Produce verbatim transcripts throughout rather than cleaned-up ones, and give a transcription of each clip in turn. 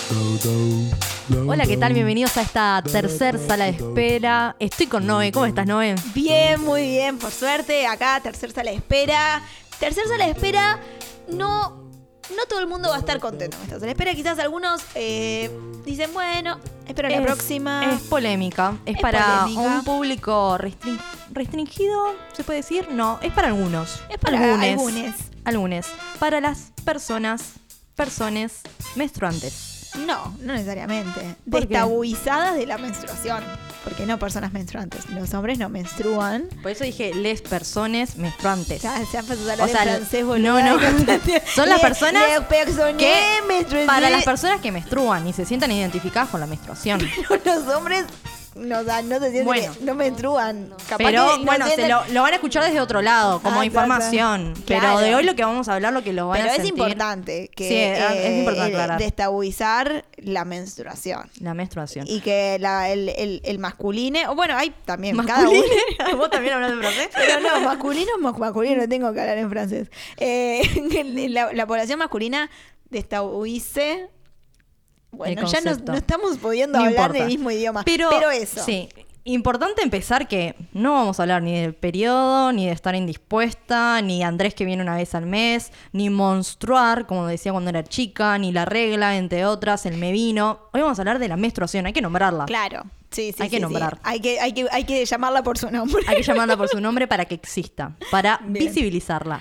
Hola, ¿qué tal? Bienvenidos a esta tercer sala de espera. Estoy con Noé. ¿Cómo estás, Noé? Bien, muy bien, por suerte. Acá, tercer sala de espera. Tercer sala de espera, no... No todo el mundo va a estar contento con esta sala de espera. Quizás algunos eh, dicen, bueno, espero la Es- próxima. Es polémica. Es, Es para polémica. un público restri- restringido, ¿se puede decir? No, es para algunos. Es para Algunes. algunos. Algunos. Para las personas, personas menstruantes. No, no necesariamente. ¿Por qué? Destabuizadas de la menstruación. Porque no personas menstruantes. Los hombres no menstruan. Por eso dije les personas menstruantes. Ya, ya empezó a hablar O sea, en francés, no, boluda. no. Son las Le- personas le personé, que- menstrué. Para las personas que menstruan y se sientan identificadas con la menstruación. Los hombres no, o sea, no se sienten, Bueno. que no menstruan. Capaz Pero que no bueno, se sienten- lo, lo van a escuchar desde otro lado, como Ah, información. claro. Pero Claro. de hoy lo que vamos a hablar, lo que lo van Pero a es sentir. importante que Sí, es importante eh, aclarar. destabuizar la menstruación. La menstruación. Y que la, el, el, el masculine, o bueno, hay también ¿Masculine? cada uno. ¿Vos también hablas de francés? Pero no, masculino, mas- masculino, no tengo que hablar en francés. Eh, la, la población masculina destabuice. Bueno, El ya no, concepto. no estamos pudiendo No hablar importa. del mismo idioma. Pero, Pero, eso. Sí. Importante empezar que no vamos a hablar ni del periodo, ni de estar indispuesta, ni Andrés que viene una vez al mes, ni menstruar, como decía cuando era chica, ni la regla, entre otras, el me vino. Hoy vamos a hablar de la menstruación, hay que nombrarla. Claro. Sí, sí, Hay que sí, sí. nombrar. Hay que, hay, que, hay que llamarla por su nombre. Hay que llamarla por su nombre para que exista, para Bien. visibilizarla.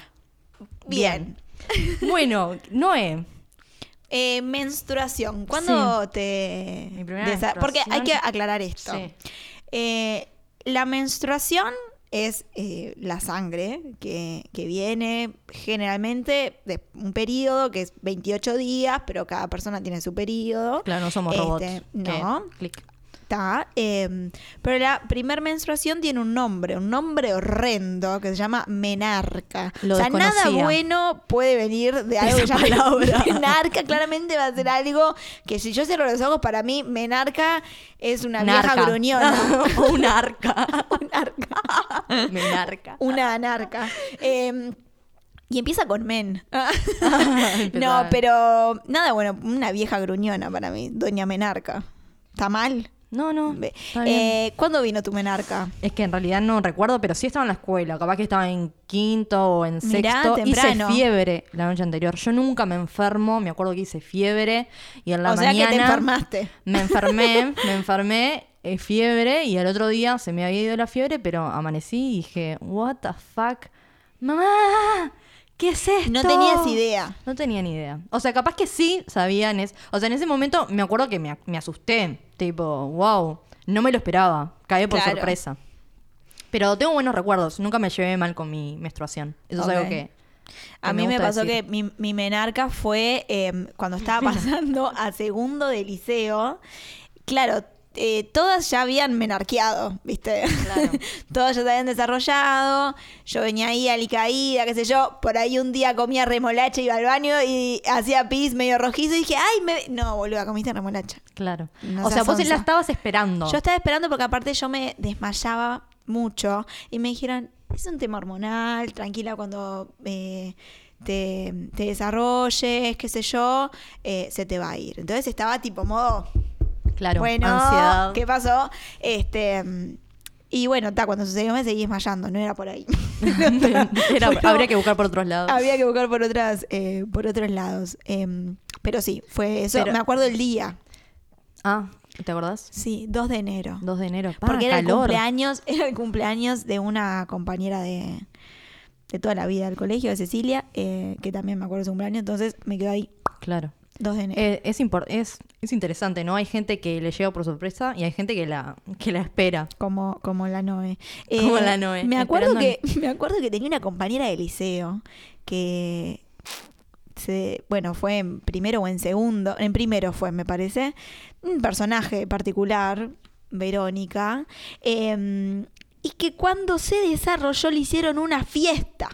Bien. Bueno, Noé. Eh, menstruación. ¿Cuándo te...? Mi primera desa- Porque hay que menstruación. aclarar esto. Sí. Eh, la menstruación es eh, la sangre que, que viene generalmente de un periodo que es veintiocho días, pero cada persona tiene su periodo. Claro, no somos Este, robots. que no. clic. Está, eh, pero la primer menstruación tiene un nombre, un nombre horrendo que se llama menarca. Lo o sea, nada desconocía. bueno puede venir de algo Esa que se llama palabra. menarca. Claramente va a ser algo que si yo cierro los ojos, para mí menarca es una vieja Narca. gruñona. O un arca. Un arca. Menarca. Una anarca. Eh, y empieza con men. Empezaba. No, pero nada bueno, una vieja gruñona para mí, doña menarca. ¿Está mal? No, no. Ve- Está bien. Eh, ¿Cuándo vino tu menarca? Es que en realidad no recuerdo, pero sí estaba en la escuela. Capaz que estaba en quinto o en Mirá, sexto. temprano. Hice fiebre la noche anterior. Yo nunca me enfermo. Me acuerdo que hice fiebre. Y en la o sea mañana. que te enfermaste. Me enfermé, me enfermé, eh, fiebre. Y al otro día se me había ido la fiebre, pero amanecí y dije, ¿What the fuck? ¡Mamá! ¿Qué es esto? No tenías idea. No tenía ni idea. O sea, capaz que sí sabían. Es... O sea, en ese momento me acuerdo que me, me asusté. Tipo, wow. No me lo esperaba. Caí por Claro. sorpresa. Pero tengo buenos recuerdos. Nunca me llevé mal con mi menstruación. Eso Ok. es algo que... A que mí me gusta pasó decir. que mi, mi menarca fue eh, cuando estaba pasando a segundo de liceo. Claro, eh, todas ya habían menarqueado, ¿viste? Claro. Todas ya se habían desarrollado. Yo venía ahí alicaída, qué sé yo. Por ahí un día comía remolacha, iba al baño y hacía pis medio rojizo. Y dije, ay, me... No, boluda, comiste remolacha. Claro. No o sea, seas vos onza. la estabas esperando. Yo estaba esperando porque aparte yo me desmayaba mucho y me dijeron, es un tema hormonal, tranquila cuando eh, te, te desarrolles, qué sé yo, eh, se te va a ir. Entonces estaba tipo modo, Claro, bueno, ansiedad. ¿qué pasó? Este, y bueno, ta, cuando sucedió me seguí desmayando, no era por ahí. Era- Bueno, habría que buscar por otros lados. Había que buscar por otras, eh, por otros lados. Em, pero sí, fue eso. Pero- Me acuerdo el día. Ah, ¿te acordás? Sí, dos de enero. dos de enero. Pa, Porque era el calor. cumpleaños, era el cumpleaños de una compañera de, de toda la vida del colegio, de Cecilia, eh, que también me acuerdo de su cumpleaños, entonces me quedo ahí, Claro. dos de enero. Eh, es, impor- es, es interesante, ¿no? Hay gente que le llega por sorpresa y hay gente que la, que la espera. como, como la Noe. Eh, Como la Noe, Me acuerdo, que, esperando me acuerdo que tenía una compañera de liceo que, se, bueno, fue en primero o en segundo, en primero fue, me parece, un personaje particular, Verónica, eh, y que cuando se desarrolló le hicieron una fiesta.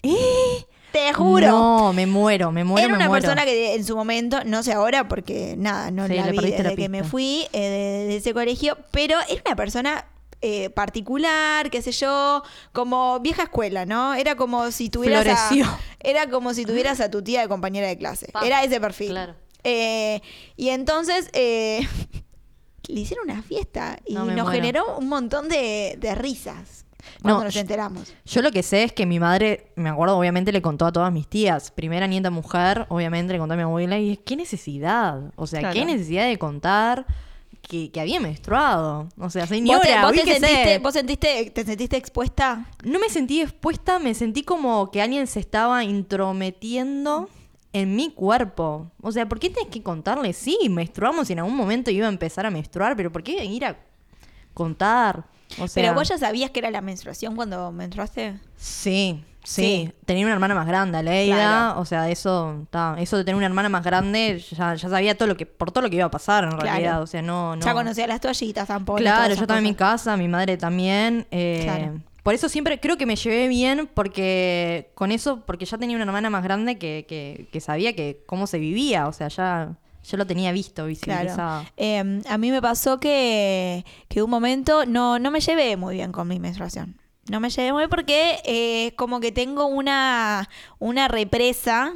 Te juro. No, me muero, me muero, Era me una muero. persona que en su momento, no sé ahora porque nada, no Sí, la le vi perdiste desde la que me pista. fui eh, de, de ese colegio, pero era una persona eh, particular, qué sé yo, como vieja escuela, ¿no? Era como si tuvieras Floreció. a, era como si tuvieras a tu tía de compañera de clase. Pa. Era ese perfil. Claro. Eh, y entonces eh, le hicieron una fiesta y No, me nos muero. generó un montón de, de risas cuando No, nos yo- enteramos. Yo lo que sé es que mi madre, me acuerdo, obviamente le contó a todas mis tías. Primera nieta mujer, obviamente le contó a mi abuela. Y qué necesidad. O sea, Claro. qué necesidad de contar que, que había menstruado. O sea, ¿Vos, te, señora, vos te ubíquese. sentiste, vos sentiste, te sentiste expuesta? No me sentí expuesta, me sentí como que alguien se estaba intrometiendo en mi cuerpo. O sea, ¿por qué tienes que contarle? Sí, menstruamos y en algún momento iba a empezar a menstruar, pero ¿por qué ir a contar? O sea, Pero vos ya sabías que era la menstruación cuando menstruaste. sí, sí, Sí. tenía una hermana más grande, Aleida. Claro. O sea, eso, ta, eso de tener una hermana más grande, ya, ya sabía todo lo que, por todo lo que iba a pasar en Claro. realidad. O sea, no, no. Ya conocía las toallitas tampoco. Claro, yo estaba en mi casa, mi madre también. eh, Claro. Por eso siempre creo que me llevé bien, porque con eso, porque ya tenía una hermana más grande que, que, que sabía que cómo se vivía, o sea, ya yo lo tenía visto, visibilizado. Claro. Eh, a mí me pasó que, que un momento no, no me llevé muy bien con mi menstruación. No me llevé muy bien porque eh, como que tengo una, una represa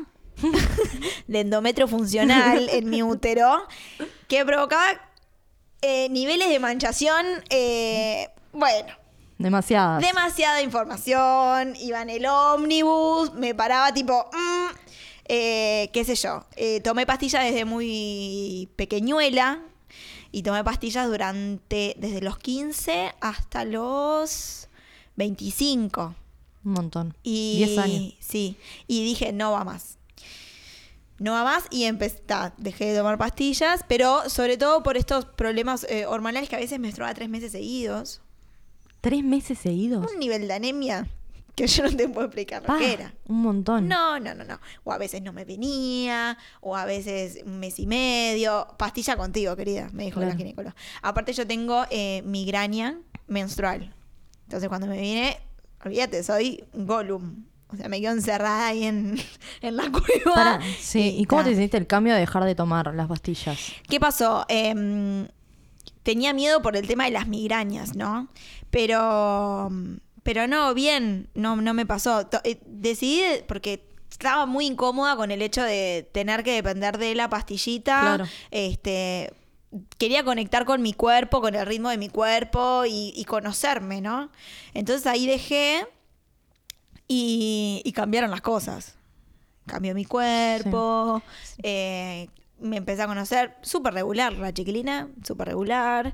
de endometrio funcional en mi útero que provocaba eh, niveles de manchación, eh, bueno, Demasiadas. demasiada información, iba en el ómnibus, me paraba tipo, mm, eh, qué sé yo, eh, tomé pastillas desde muy pequeñuela y tomé pastillas durante, desde los quince hasta los veinticinco. Un montón. Y, Diez años. Sí, y dije, no va más. No va más y empecé, ta, dejé de tomar pastillas, pero sobre todo por estos problemas eh, hormonales que a veces menstruaba tres meses seguidos. ¿Tres meses seguidos? Un nivel de anemia que yo no te puedo explicar lo Pa, que era. un montón. No, no, no, no. O a veces no me venía, o a veces un mes y medio. Pastilla contigo, querida, me dijo Claro. la ginecóloga. Aparte yo tengo eh, migraña menstrual. Entonces cuando me vine, olvídate, soy Gollum. O sea, me quedo encerrada ahí en, en la cueva. Pará, sí. ¿Y cómo ta. te sentiste el cambio de dejar de tomar las pastillas? ¿Qué pasó? Eh, tenía miedo por el tema de las migrañas, ¿no? Pero, pero no, bien, no, no me pasó. To- eh, Decidí, porque estaba muy incómoda con el hecho de tener que depender de la pastillita. Claro. Este, quería conectar con mi cuerpo, con el ritmo de mi cuerpo y, y conocerme, ¿no? Entonces ahí dejé y, y cambiaron las cosas. Cambió mi cuerpo, eh, me empecé a conocer súper regular, la chiquilina, súper regular,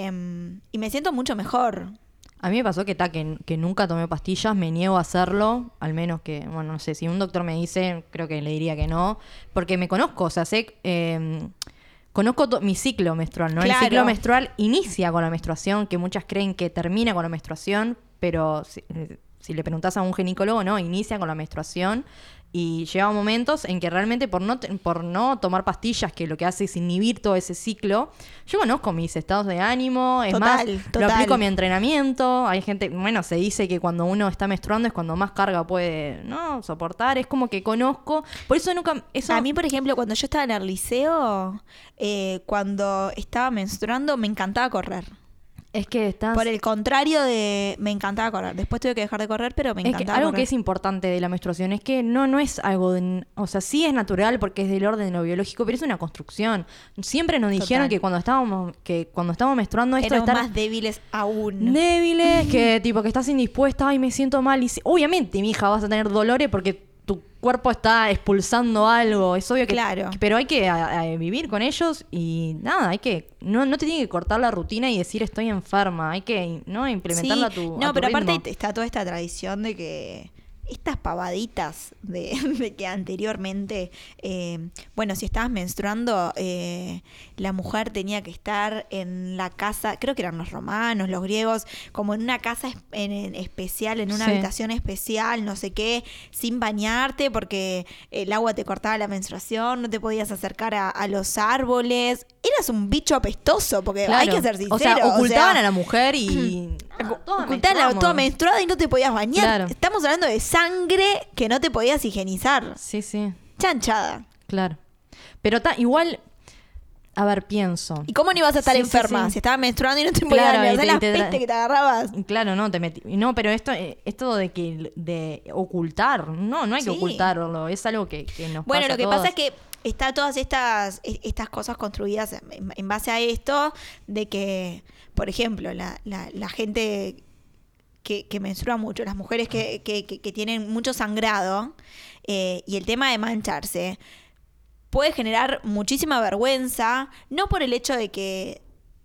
eh, y me siento mucho mejor. A mí me pasó que, ta, que, que nunca tomé pastillas, me niego a hacerlo, al menos que, bueno, no sé, si un doctor me dice, creo que le diría que no, porque me conozco, o sea, sé, eh, conozco to- mi ciclo menstrual, ¿no? Claro. El ciclo menstrual inicia con la menstruación, que muchas creen que termina con la menstruación, pero si, eh, si le preguntás a un ginecólogo, no, inicia con la menstruación. Y llega momentos en que realmente por no, te- por no tomar pastillas, que lo que hace es inhibir todo ese ciclo, yo conozco mis estados de ánimo, es Total, más, total. lo aplico a mi entrenamiento. Hay gente, bueno, se dice que cuando uno está menstruando es cuando más carga puede, ¿no? soportar. Es como que conozco, por eso nunca, eso A mí, por ejemplo, cuando yo estaba en el liceo, eh, cuando estaba menstruando, me encantaba correr. es que estás... Por el contrario de... Me encantaba correr. Después tuve que dejar de correr, pero me Es que encantaba algo correr. que es importante de la menstruación es que no, no es algo, de- o sea, sí es natural porque es del orden de lo biológico, pero es una construcción. Siempre nos dijeron Total. que cuando estábamos, que cuando estábamos menstruando esto de Éramos estar más débiles aún. débiles, que tipo que estás indispuesta, ay, me siento mal. Y sí, obviamente, mi hija, vas a tener dolores porque tu cuerpo está expulsando algo. Es obvio que. Claro. Pero hay que a- a vivir con ellos y nada, hay que. No, no te tiene que cortar la rutina y decir estoy enferma. Hay que, ¿no? implementarla Sí, a tu. no, a tu pero aparte ritmo. está toda esta tradición de que estas pavaditas de, de que anteriormente, eh, bueno, si estabas menstruando, eh, la mujer tenía que estar en la casa, creo que eran los romanos, los griegos, como en una casa es- en, en especial, en una Sí. habitación especial, no sé qué, sin bañarte porque el agua te cortaba la menstruación, no te podías acercar a, a los árboles, eras un bicho apestoso, porque hay Claro. que ser sincero. O sea, ocultaban sea, a la mujer y. nada, todas Ocultaba la menstruamos. toda menstruada y no te podías bañar. Claro. Estamos hablando de sangre que no te podías higienizar. Sí, sí, Chanchada. claro. Pero ta, igual. A ver, pienso. ¿Y cómo no ibas a estar Sí, sí, enferma? sí. Si estabas menstruando y no te podías Claro, bañar. y ¿Sabes te- la y te tra- peste que te agarrabas? Claro, no, te metí. No, pero esto, eh, esto de que de ocultar, no, no hay que Sí. ocultarlo, es algo que, que nos Bueno, pasa lo que a todos. pasa es que está todas estas, estas cosas construidas en, en base a esto, de que, por ejemplo, la, la, la gente que, que menstrua mucho, las mujeres que, que, que, que tienen mucho sangrado, eh, y el tema de mancharse, puede generar muchísima vergüenza, no por el hecho de que,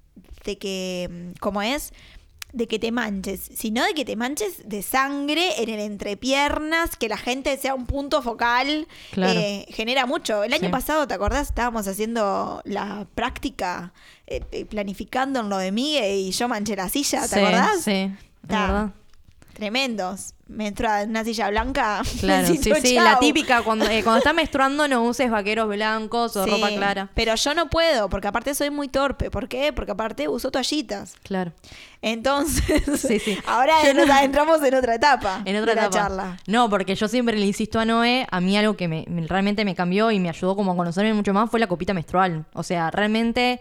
de que, ¿cómo es?, de que te manches, sino de que te manches de sangre en el entrepiernas, que la gente sea un punto focal, claro. eh, genera mucho. El año Sí. pasado, ¿te acordás? Estábamos haciendo la práctica, eh, planificando en lo de Migue y yo manché la silla, ¿te sí, acordás? Sí, es Ta, verdad. Tremendos. Menstrua en una silla blanca. Claro, sí, besito, sí, chau. la típica, cuando, eh, cuando estás menstruando no uses vaqueros blancos o Sí, ropa clara. pero yo no puedo, porque aparte soy muy torpe. ¿Por qué? Porque aparte uso toallitas. Claro. Entonces, Sí, sí. ahora Yo no- nos entramos en otra etapa En otra de la etapa. charla. No, porque yo siempre le insisto a Noé, a mí algo que me, me- realmente me cambió y me ayudó como a conocerme mucho más fue la copita menstrual. O sea, realmente,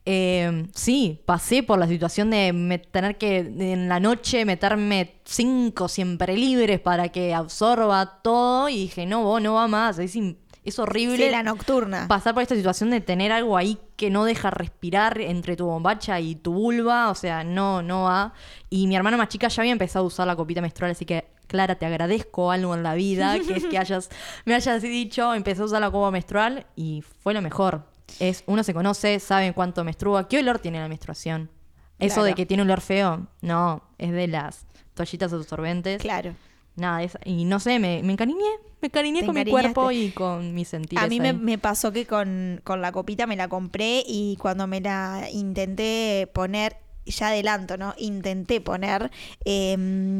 eh, sí, pasé por la situación de me- tener que en la noche meterme cinco siempre libres para que absorba todo y dije, no, vos no va más, es, in- es horrible. Sí, la nocturna. Pasar por esta situación de tener algo ahí que no deja respirar entre tu bombacha y tu vulva, o sea, no, no va. Y mi hermana más chica ya había empezado a usar la copita menstrual, así que, Clara, te agradezco algo en la vida, que es que hayas, me hayas dicho, empecé a usar la copa menstrual y fue lo mejor. Es, uno se conoce, sabe cuánto menstrua, qué olor tiene la menstruación. Eso Claro. de que tiene un olor feo, no, es de las toallitas absorbentes. Claro. Nada, es, y no sé, me, me encariñé, me encariñé Te con mi encariñaste. cuerpo y con mis sentires. A mí me, ahí. me pasó que con, con la copita me la compré y cuando me la intenté poner, ya adelanto, ¿no? Intenté poner, eh,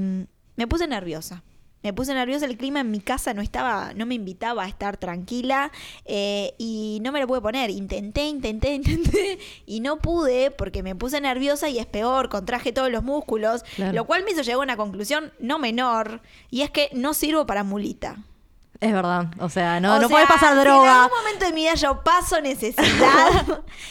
me puse nerviosa. Me puse nerviosa, el clima en mi casa no estaba, no me invitaba a estar tranquila, eh, y no me lo pude poner. Intenté, intenté, intenté y no pude porque me puse nerviosa y es peor, contraje todos los músculos, Claro. lo cual me hizo llegar a una conclusión no menor, y es que no sirvo para mulita. Es verdad, o sea, no, O no sea, puedes pasar si en droga. algún momento de mi vida yo paso necesidad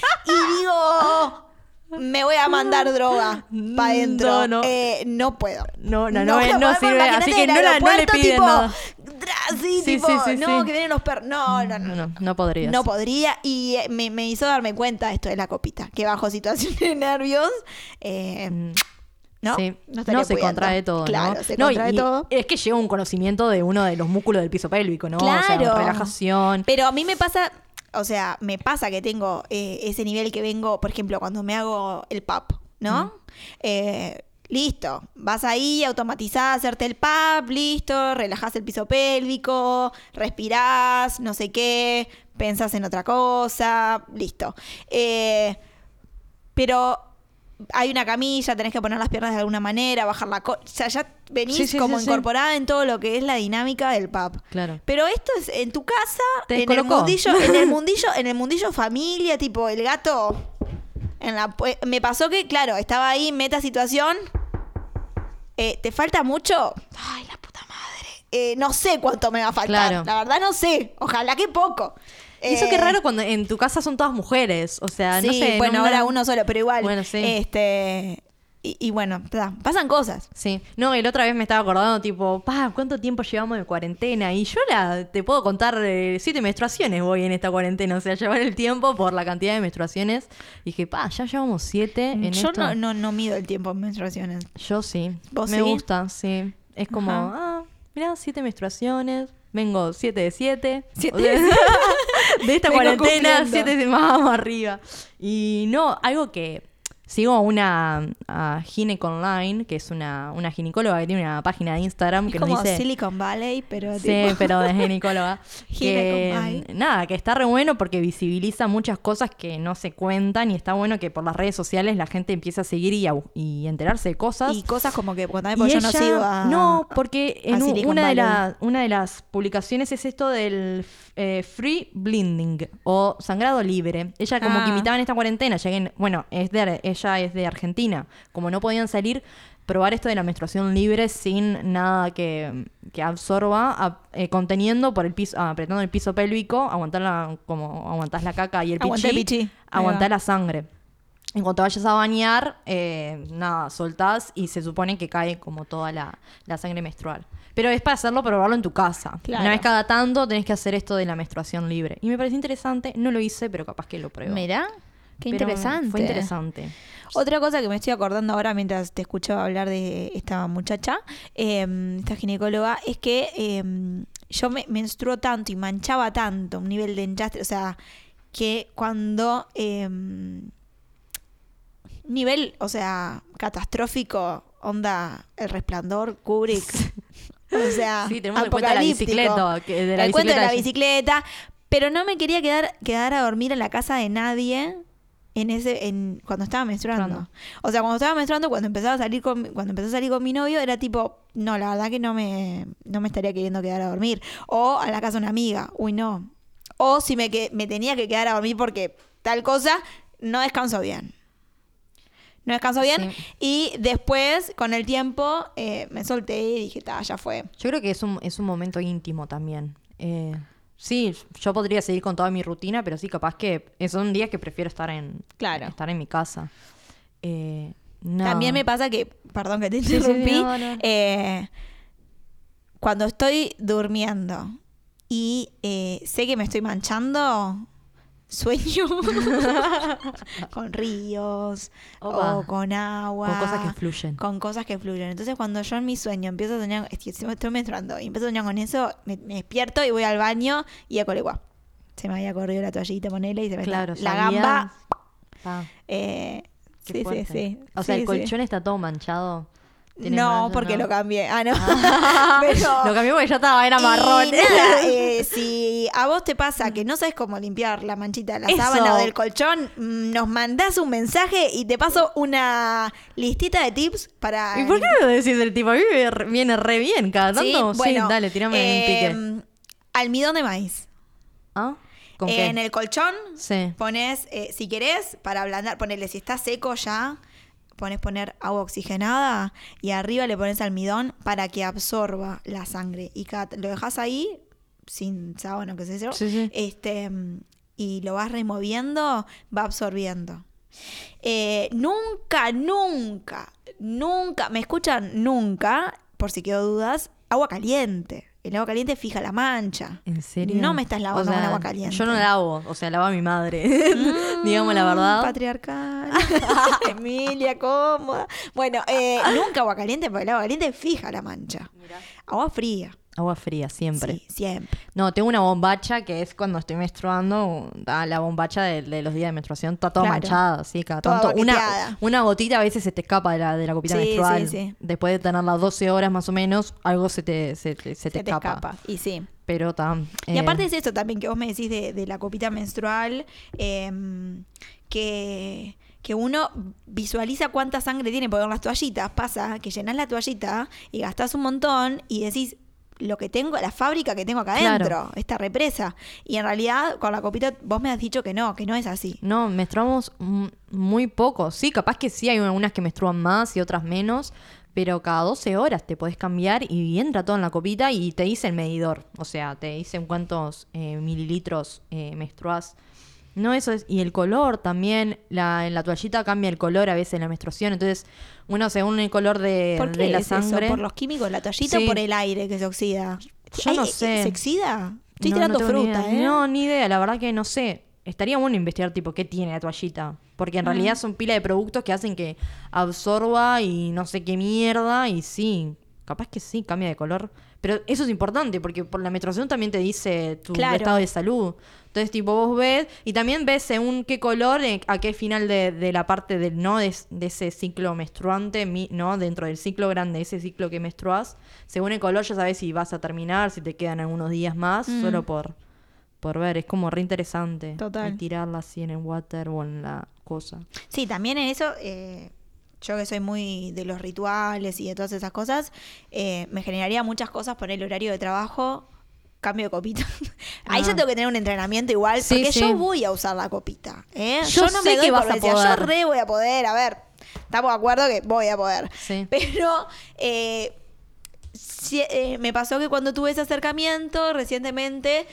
y digo, me voy a mandar droga para adentro. No, no. Eh, no puedo. No, no, no, no podemos, sirve, imagínate así que en no el la- no le aeropuerto, piden tipo, nada. tra- Sí, Sí, tipo, sí, sí, no, sí. que vienen los perros. No, no, no. No, no, no podrías. No podría, y eh, me, me hizo darme cuenta esto de la copita, que bajo situaciones de nervios, eh, Mm, ¿no? Sí. No, estaría No, se pudiendo. contrae todo, Claro, ¿no? se No, y- contrae y todo. Es que llega un conocimiento de uno de los músculos del piso pélvico, ¿no? O sea, Claro. relajación. Pero a mí me pasa, o sea, me pasa que tengo eh, ese nivel que vengo, por ejemplo, cuando me hago el P A P, ¿no? Eh, listo, vas ahí, automatizás a hacerte el P A P, listo, relajás el piso pélvico, respirás, no sé qué, pensás en otra cosa, listo. Eh, pero hay una camilla, tenés que poner las piernas de alguna manera, bajar la... Co- o sea, ya venís Sí, sí, como sí, sí. incorporada en todo lo que es la dinámica del P A P. Claro. Pero esto es en tu casa, Te en el descolocó. mundillo, en el mundillo, en el mundillo familia, tipo el gato. En la, pu- me pasó que, claro, estaba ahí, meta situación. Eh, ¿Te falta mucho? Ay, la puta madre. Eh, no sé cuánto me va a faltar. Claro. La verdad no sé. Ojalá que poco. Y eso Eh, que raro cuando en tu casa son todas mujeres. O sea, Sí, no sé. bueno, no me- ahora uno solo, pero igual. Bueno, sí. Este. Y, y bueno, ta, pasan cosas. Sí, no, el otra vez me estaba acordando, tipo, pa, ¿cuánto tiempo llevamos de cuarentena? Y yo la, te puedo contar, eh, siete menstruaciones voy en esta cuarentena, o sea, llevar el tiempo por la cantidad de menstruaciones. Y dije, pa, ya llevamos siete en Yo esto. no, no, no mido el tiempo en menstruaciones. Yo sí, ¿Vos me sí? gusta, sí. Es como, Ajá. ah, mirá, siete menstruaciones, vengo siete de siete. Siete O sea, de siete. de esta Vengo cuarentena, cumpliendo. siete de más vamos arriba. Y no, algo que... Sigo una a Gineco Online, que es una, una ginecóloga que tiene una página de Instagram Es que como nos dice... Silicon Valley, pero Sí, tipo... pero de ginecóloga. que, Gineco nada, que está re bueno porque visibiliza muchas cosas que no se cuentan y está bueno que por las redes sociales la gente empiece a seguir y, a bu- y enterarse de cosas. Y cosas como que cuando Y yo no ella- sigo a... no, porque en un- Silicon una, de Valley. la- una de las publicaciones es esto del eh, free bleeding o sangrado libre. Ella como Ah. que imitaba en esta cuarentena, ya que, bueno, es de, ella es de Argentina. Como no podían salir, probar esto de la menstruación libre sin nada que, que absorba, a- eh, conteniendo por el piso, ah, apretando el piso pélvico, aguantar la, como aguantás la caca y el Aguanté pichí, el pichí. Ahí aguantar va. la sangre. En cuanto vayas a bañar, eh, nada, soltás y se supone que cae como toda la, la sangre menstrual. Pero es para hacerlo, probarlo en tu casa. Claro. Una vez cada tanto tenés que hacer esto de la menstruación libre. Y me pareció interesante, no lo hice, pero capaz que lo pruebo. Mirá, qué Pero interesante. Fue interesante. Otra cosa que me estoy acordando ahora mientras te escucho hablar de esta muchacha, eh, esta ginecóloga, es que eh, yo me menstruo tanto y manchaba tanto, un nivel de enchastre, o sea, que cuando... Eh, nivel, o sea, catastrófico, onda El Resplandor, Kubrick. O sea, sí, tenemos el cuento de la bicicleta. Que de la el cuento de la de... bicicleta. Pero no me quería quedar, quedar a dormir en la casa de nadie en ese, en, cuando estaba menstruando. Menstruando. O sea, cuando estaba menstruando, cuando empezaba a salir con, cuando empecé a salir con mi novio, era tipo, no, la verdad que no me, no me estaría queriendo quedar a dormir. O a la casa de una amiga, uy no. O si me, que, me tenía que quedar a dormir porque tal cosa, no descanso bien. No descanso bien. Sí. Y después, con el tiempo, eh, me solté y dije, ta, ya fue. Yo creo que es un, es un momento íntimo también. Eh, sí, yo podría seguir con toda mi rutina, pero sí, capaz que son días que prefiero estar en, claro. estar en mi casa. Eh, no. También me pasa que, perdón que te interrumpí, sí, sí, no, no. Eh, cuando estoy durmiendo y eh, sé que me estoy manchando... Sueño con ríos Opa. o con agua. Con cosas que fluyen. Con cosas que fluyen. Entonces cuando yo en mi sueño empiezo a soñar, estoy, estoy menstruando y empiezo a soñar con eso, me, me despierto y voy al baño y a colegua. Se me había corrido la toallita, ponele, y se me claro, está la gamba. Ah. Eh, sí, sí, sí. O sea, sí, el colchón sí. está todo manchado. No, mancha, porque no? lo cambié. Ah, no. Ah, Pero... Lo cambié porque ya estaba, era marrón. Nada, eh, si a vos te pasa que no sabes cómo limpiar la manchita de la Eso. sábana o del colchón, nos mandás un mensaje y te paso una listita de tips para... ¿Y por qué no decís el tipo? A mí me viene re bien cada tanto. Sí, bueno, sí dale, tirame eh, un pique. Almidón de maíz. ¿Ah? ¿Con eh, qué? En el colchón sí. pones, eh, si querés, para ablandar, ponele, si está seco ya... pones poner agua oxigenada y arriba le pones almidón para que absorba la sangre. Y cada, lo dejas ahí, sin sábana, qué sé yo, sí, sí. Este, y lo vas removiendo, va absorbiendo. Eh, nunca, nunca, nunca, ¿me escuchan? Nunca, por si quedó dudas, agua caliente. El agua caliente fija la mancha. ¿En serio? No me estás lavando o sea, con agua caliente. Yo no lavo, o sea, lava mi madre. Mm, digamos la verdad. Patriarcal. Emilia, cómoda. Bueno, eh, nunca agua caliente, porque el agua caliente fija la mancha. Mirá. Agua fría. Agua fría, siempre. Sí, siempre. No, tengo una bombacha que es cuando estoy menstruando, la bombacha de, de los días de menstruación, está toda claro. manchada, sí, cada toda tanto. Una, una gotita a veces se te escapa de la, de la copita sí, menstrual. Sí, sí. Después de tenerla doce horas más o menos, algo se te, se, se, se te, se escapa. te escapa. Y sí. Pero tan. Eh... Y aparte es esto también que vos me decís de, de la copita menstrual, eh, que... que uno visualiza cuánta sangre tiene, porque con las toallitas pasa que llenás la toallita y gastás un montón y decís, lo que tengo, la fábrica que tengo acá adentro, claro. esta represa. Y en realidad, con la copita, vos me has dicho que no, que no es así. No, menstruamos muy poco. Sí, capaz que sí, hay algunas que menstruan más y otras menos, pero cada doce horas te podés cambiar y entra todo en la copita y te dice el medidor. O sea, te dicen cuántos eh, mililitros eh, menstruás. No, eso es. Y el color también. La, en la toallita cambia el color a veces en la menstruación. Entonces, uno según el color de, ¿Por qué de la es sangre. Eso? ¿Por los químicos de la toallita sí. o por el aire que se oxida? Yo Ay, no sé. ¿Se oxida? Estoy no, tirando no fruta, ni ¿eh? No, ni idea. La verdad que no sé. Estaría bueno investigar, tipo, qué tiene la toallita. Porque en mm. realidad son pila de productos que hacen que absorba y no sé qué mierda. Y sí, capaz que sí, cambia de color. Pero eso es importante, porque por la menstruación también te dice tu claro. estado de salud. Entonces, tipo, vos ves, y también ves según qué color, a qué final de, de la parte del no de, de ese ciclo menstruante, no dentro del ciclo grande, ese ciclo que menstruás, según el color ya sabes si vas a terminar, si te quedan algunos días más, mm. solo por, por ver. Es como re interesante. Total. Y tirarla así en el water o en la cosa. Sí, también en eso... Eh... Yo que soy muy de los rituales y de todas esas cosas, eh, me generaría muchas cosas por el horario de trabajo, cambio de copita. Ahí ah. yo tengo que tener un entrenamiento igual, sí, porque sí. yo voy a usar la copita. ¿eh? Yo, yo no sé me doy que vas por a decir, poder. Yo re voy a poder, a ver, estamos de acuerdo que voy a poder. Sí. Pero eh, si, eh, me pasó que cuando tuve ese acercamiento recientemente...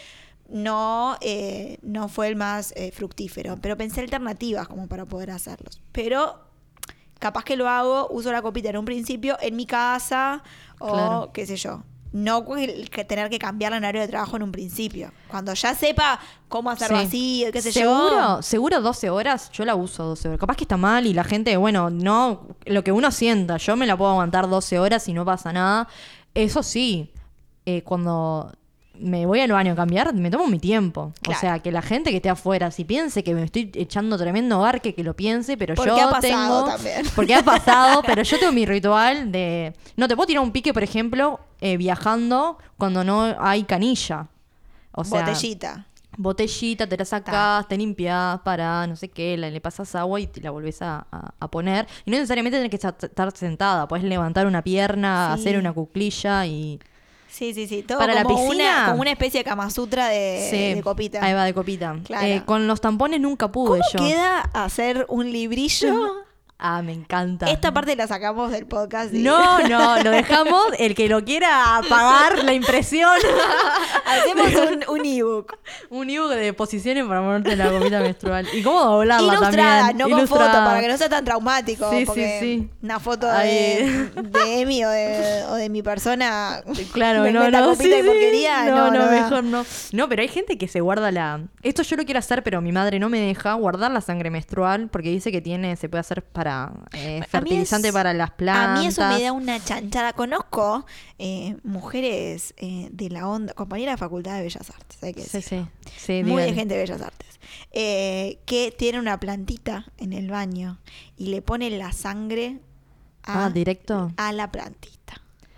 no, eh, no fue el más eh, fructífero. Pero pensé alternativas como para poder hacerlos. Pero capaz que lo hago, uso la copita en un principio en mi casa o Claro. qué sé yo. No que que tener que cambiar el horario de trabajo en un principio. Cuando ya sepa cómo hacerlo Sí. así, qué sé ¿Seguro? yo. Seguro doce horas, yo la uso doce horas. Capaz que está mal y la gente, bueno, no, lo que uno sienta, yo me la puedo aguantar doce horas y no pasa nada. Eso sí, eh, cuando me voy al baño a cambiar, me tomo mi tiempo. Claro. O sea, que la gente que esté afuera, si piense que me estoy echando tremendo garque, que lo piense, pero Porque yo ha pasado tengo... también. Porque ha pasado, pero yo tengo mi ritual de... No, te puedo tirar un pique, por ejemplo, eh, viajando cuando no hay canilla. O sea, Botellita. botellita, te la sacás, te limpias para no sé qué, la- le pasas agua y te la volvés a, a- a poner. Y no necesariamente tenés que sa- estar sentada, podés levantar una pierna, Sí. hacer una cuclilla y... Sí, sí, sí. Todo Para la como piscina. Una, como una especie de Kama Sutra de, Sí, de copita. ahí va, de copita. Claro. Eh, con los tampones nunca pude ¿Cómo yo. queda hacer un librillo? Ah, me encanta. Esta parte la sacamos del podcast. y- No, no, lo dejamos. El que lo quiera pagar la impresión. Hacemos un, un ebook. Un ebook de posiciones para ponerte la copita menstrual. Y cómo doblarla Ilustrada, también. no con foto, Ilustrada. para que no sea tan traumático. Sí, sí, porque sí. Una foto Ahí. de, de Emi o de, o de mi persona. Claro, me no, meta no, copita sí, y sí. porquería. No, No, no, no, da. mejor no. No, pero hay gente que se guarda la... Esto yo lo quiero hacer, pero mi madre no me deja guardar la sangre menstrual porque dice que tiene, se puede hacer para eh, A mí fertilizante es- para las plantas. A mí eso me da una chanchada. Conozco eh, mujeres eh, de la onda, compañeras de Facultad de Bellas Artes, hay que Sí, decir. sí. Sí, Muy de dígale. gente de Bellas Artes. eh, que tiene una plantita en el baño y le pone la sangre a, Ah, directo. a la plantita.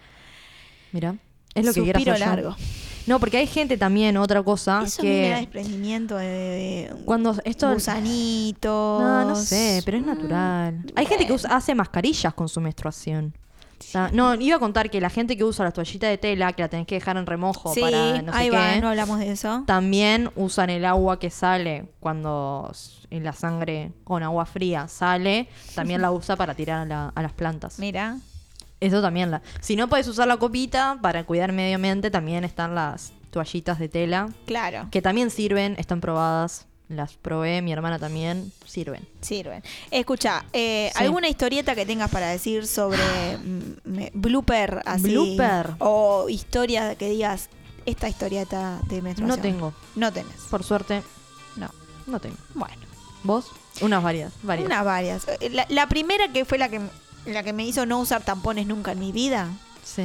Mira, es lo que quiero Suspiro hacer yo. largo. No, porque hay gente también, otra cosa, Eso a mí me da que desprendimiento de, de cuando esto... gusanitos. No, no sé, pero es natural. Hay gente que usa- hace mascarillas con su menstruación. O sea, no, iba a contar que la gente que usa la toallita de tela, que la tenés que dejar en remojo Sí, para no sé ahí qué, va, no hablamos de eso. también usan el agua que sale cuando s- la sangre con agua fría sale, también la usa para tirar a, la- a las plantas. Mira. Eso también la... Si no puedes usar la copita para cuidar medio ambiente, también están las toallitas de tela, Claro, que también sirven, están probadas, las probé, mi hermana también, sirven. sirven. Escucha, eh, Sí. ¿alguna historieta que tengas para decir sobre mm, me- blooper así? Blooper. O historia que digas, esta historieta de menstruación. No tengo, No tenés. por suerte, No. no tengo. Bueno, ¿Vos? Unas varias, varias. unas varias. Eh, La, la primera que fue la que, la que me hizo no usar tampones nunca en mi vida Sí.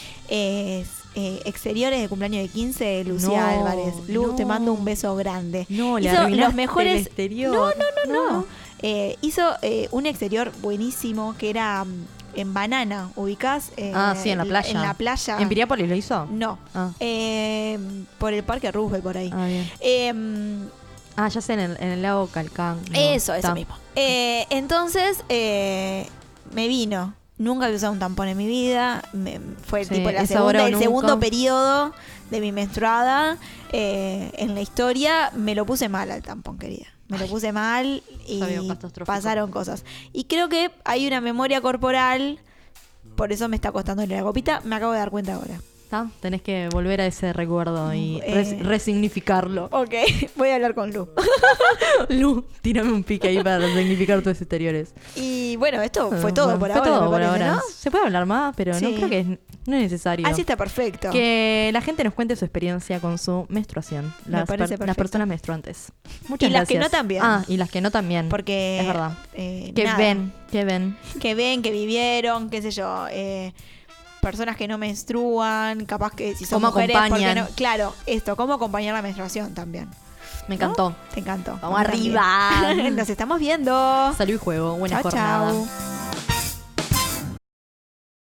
es eh, exteriores de cumpleaños de quince de Lucía No, Álvarez. Luz, no. te mando un beso grande. No, le Hizo arruinaste los mejores... el exterior. No, no, no, no. Eh, hizo eh, un exterior buenísimo que era mm, en banana, ¿ubicás? Eh, Ah, sí, en la playa. En la playa. ¿En Piriápolis lo hizo? No. Ah, Eh, por el Parque Roosevelt, por ahí. ah, bien. Eh, Ah, ya sé, en el, en el lago Calcán. No, eso, eso está. mismo. Eh, entonces, eh, me vino. Nunca había usado un tampón en mi vida. Me- fue Sí, tipo la es ahora segunda, o el nunca. segundo periodo de mi menstruada eh, en la historia. Me lo puse mal al tampón, querida. Me lo puse mal y Sabio catastrófico. pasaron cosas. Y creo que hay una memoria corporal. Por eso me está costando la copita. Me acabo de dar cuenta ahora. ¿Está? Tenés que volver a ese recuerdo y Eh. res- resignificarlo. Ok, voy a hablar con Lu. Lu, tírame un pique ahí para resignificar tus exteriores. Y bueno, esto fue Ah, todo bueno, por fue ahora, todo me por parece, ahora. ¿no? Se puede hablar más, pero no Sí. creo que es, no es necesario. Así está perfecto. Que la gente nos cuente su experiencia con su menstruación. Me Las, parece per- las perfecto. personas menstruantes. Muchas Y las que gracias. no también. Ah, y las que no también. Porque Es verdad. eh, Que nada, ven, que ven. que ven, que vivieron, qué sé yo, eh, personas que no menstruan, capaz que si son Cómo mujeres, porque acompañan. no, claro, esto, cómo acompañar la menstruación también. Me encantó. Te encantó. Vamos A mí arriba. también. Nos estamos viendo. Salud y juego. Buena Chao, jornada. chao.